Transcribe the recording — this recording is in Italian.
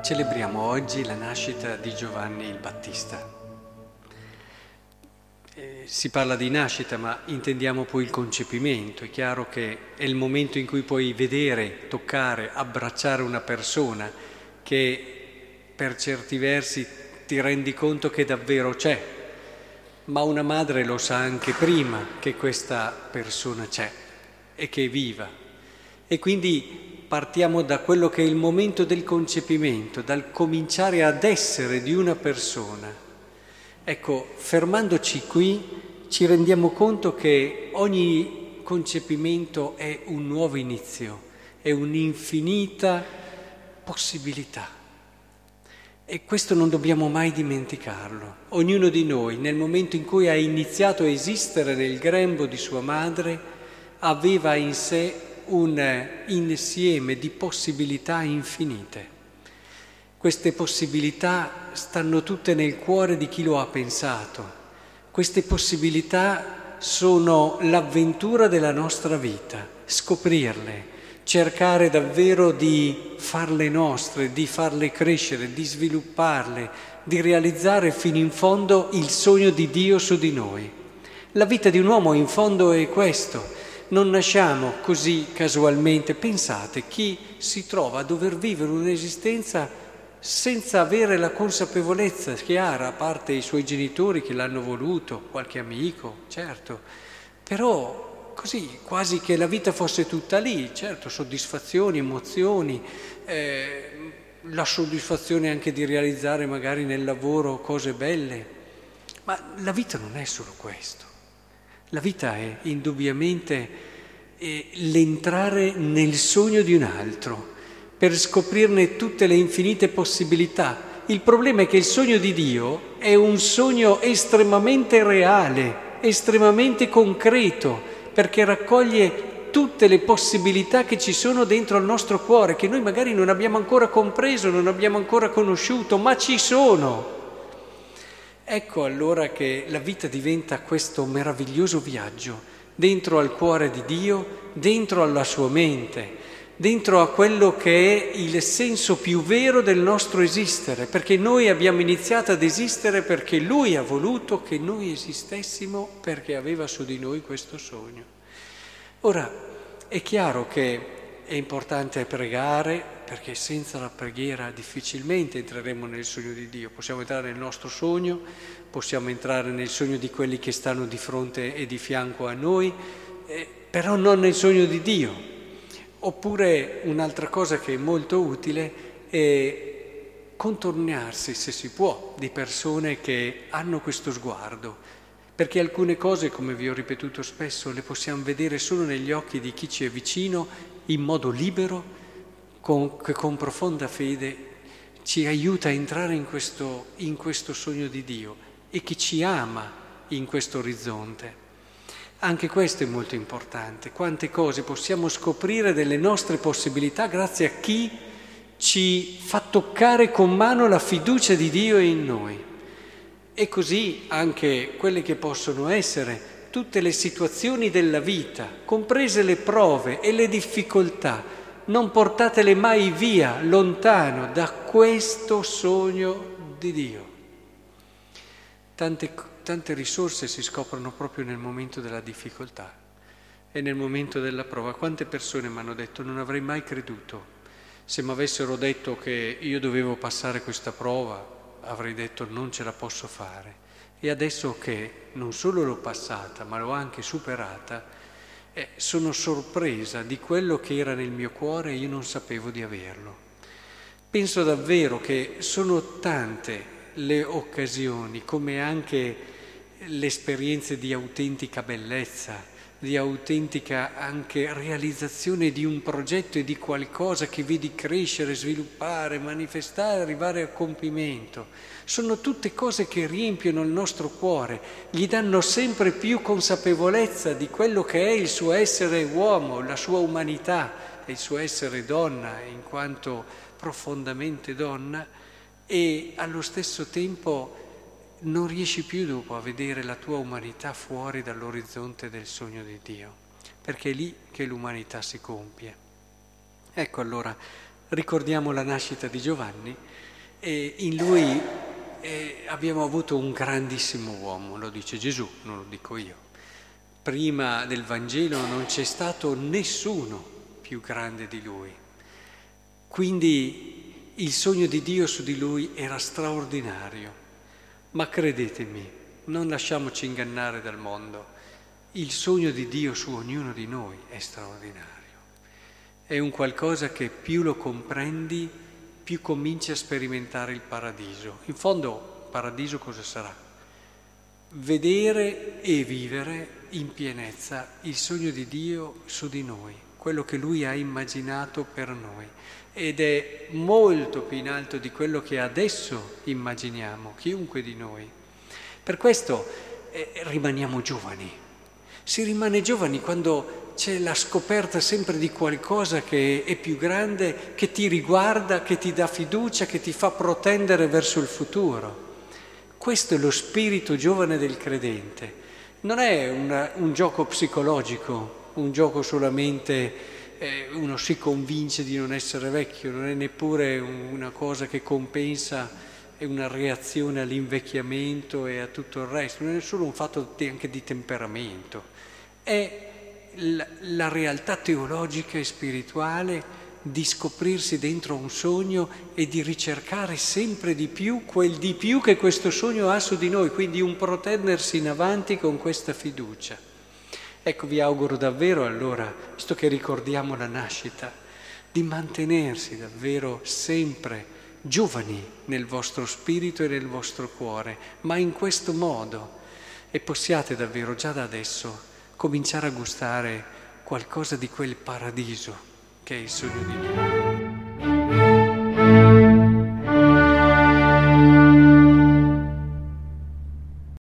Celebriamo oggi la nascita di Giovanni il Battista. Si parla di nascita, ma intendiamo poi il concepimento. È chiaro che è il momento in cui puoi vedere, toccare, abbracciare una persona che per certi versi ti rendi conto che davvero c'è, ma una madre lo sa anche prima che questa persona c'è e che è viva. E quindi partiamo da quello che è il momento del concepimento, dal cominciare ad essere di una persona. Ecco, fermandoci qui ci rendiamo conto che ogni concepimento è un nuovo inizio, è un'infinita possibilità. E questo non dobbiamo mai dimenticarlo. Ognuno di noi, nel momento in cui ha iniziato a esistere nel grembo di sua madre, aveva in sé un insieme di possibilità infinite. Queste possibilità stanno tutte nel cuore di chi lo ha pensato. Queste possibilità sono l'avventura della nostra vita, scoprirle, cercare davvero di farle nostre, di farle crescere, di svilupparle, di realizzare fino in fondo il sogno di Dio su di noi. La vita di un uomo in fondo è questo. Non nasciamo così casualmente. Pensate, chi si trova a dover vivere un'esistenza senza avere la consapevolezza chiara, a parte i suoi genitori che l'hanno voluto, qualche amico, certo, però così, quasi che la vita fosse tutta lì, certo, soddisfazioni, emozioni, la soddisfazione anche di realizzare magari nel lavoro cose belle, ma la vita non è solo questo. La vita è indubbiamente l'entrare nel sogno di un altro, per scoprirne tutte le infinite possibilità. Il problema è che il sogno di Dio è un sogno estremamente reale, estremamente concreto, perché raccoglie tutte le possibilità che ci sono dentro al nostro cuore, che noi magari non abbiamo ancora compreso, non abbiamo ancora conosciuto, ma ci sono. Ecco allora che la vita diventa questo meraviglioso viaggio dentro al cuore di Dio, dentro alla sua mente, dentro a quello che è il senso più vero del nostro esistere, perché noi abbiamo iniziato ad esistere perché Lui ha voluto che noi esistessimo, perché aveva su di noi questo sogno. Ora, è chiaro che è importante pregare, perché senza la preghiera difficilmente entreremo nel sogno di Dio. Possiamo entrare nel nostro sogno, possiamo entrare nel sogno di quelli che stanno di fronte e di fianco a noi, però non nel sogno di Dio. Oppure un'altra cosa che è molto utile è contornarsi, se si può, di persone che hanno questo sguardo, perché alcune cose, come vi ho ripetuto spesso, le possiamo vedere solo negli occhi di chi ci è vicino, in modo libero, che con profonda fede ci aiuta a entrare in questo sogno di Dio e che ci ama in questo orizzonte. Anche questo è molto importante. Quante cose possiamo scoprire delle nostre possibilità grazie a chi ci fa toccare con mano la fiducia di Dio in noi. E così anche quelle che possono essere tutte le situazioni della vita, comprese le prove e le difficoltà, non portatele mai via, lontano da questo sogno di Dio. Tante risorse si scoprono proprio nel momento della difficoltà e nel momento della prova. Quante persone mi hanno detto: non avrei mai creduto, se mi avessero detto che io dovevo passare questa prova, avrei detto non ce la posso fare. E adesso che non solo l'ho passata, ma l'ho anche superata, sono sorpresa di quello che era nel mio cuore e io non sapevo di averlo. Penso davvero che sono tante le occasioni, come anche le esperienze di autentica bellezza, di autentica anche realizzazione di un progetto e di qualcosa che vedi crescere, sviluppare, manifestare, arrivare a compimento. Sono tutte cose che riempiono il nostro cuore, gli danno sempre più consapevolezza di quello che è il suo essere uomo, la sua umanità e il suo essere donna, in quanto profondamente donna, e allo stesso tempo non riesci più dopo a vedere la tua umanità fuori dall'orizzonte del sogno di Dio, perché è lì che l'umanità si compie. Ecco allora, ricordiamo la nascita di Giovanni e in lui abbiamo avuto un grandissimo uomo, lo dice Gesù, non lo dico io. Prima del Vangelo non c'è stato nessuno più grande di lui. Quindi il sogno di Dio su di lui era straordinario. Ma credetemi, non lasciamoci ingannare dal mondo. Il sogno di Dio su ognuno di noi è straordinario. È un qualcosa che più lo comprendi, più cominci a sperimentare il paradiso. In fondo, paradiso cosa sarà? Vedere e vivere in pienezza il sogno di Dio su di noi, quello che Lui ha immaginato per noi. Ed è molto più in alto di quello che adesso immaginiamo, chiunque di noi. Per questo rimaniamo giovani. Si rimane giovani quando c'è la scoperta sempre di qualcosa che è più grande, che ti riguarda, che ti dà fiducia, che ti fa protendere verso il futuro. Questo è lo spirito giovane del credente. Non è un gioco psicologico, un gioco solamente uno si convince di non essere vecchio, non è neppure una cosa che compensa, è una reazione all'invecchiamento e a tutto il resto, non è solo un fatto anche di temperamento, è la realtà teologica e spirituale di scoprirsi dentro un sogno e di ricercare sempre di più quel di più che questo sogno ha su di noi, quindi un protendersi in avanti con questa fiducia. Ecco, vi auguro davvero allora, visto che ricordiamo la nascita, di mantenersi davvero sempre giovani nel vostro spirito e nel vostro cuore, ma in questo modo, e possiate davvero già da adesso cominciare a gustare qualcosa di quel paradiso che è il sogno di Dio.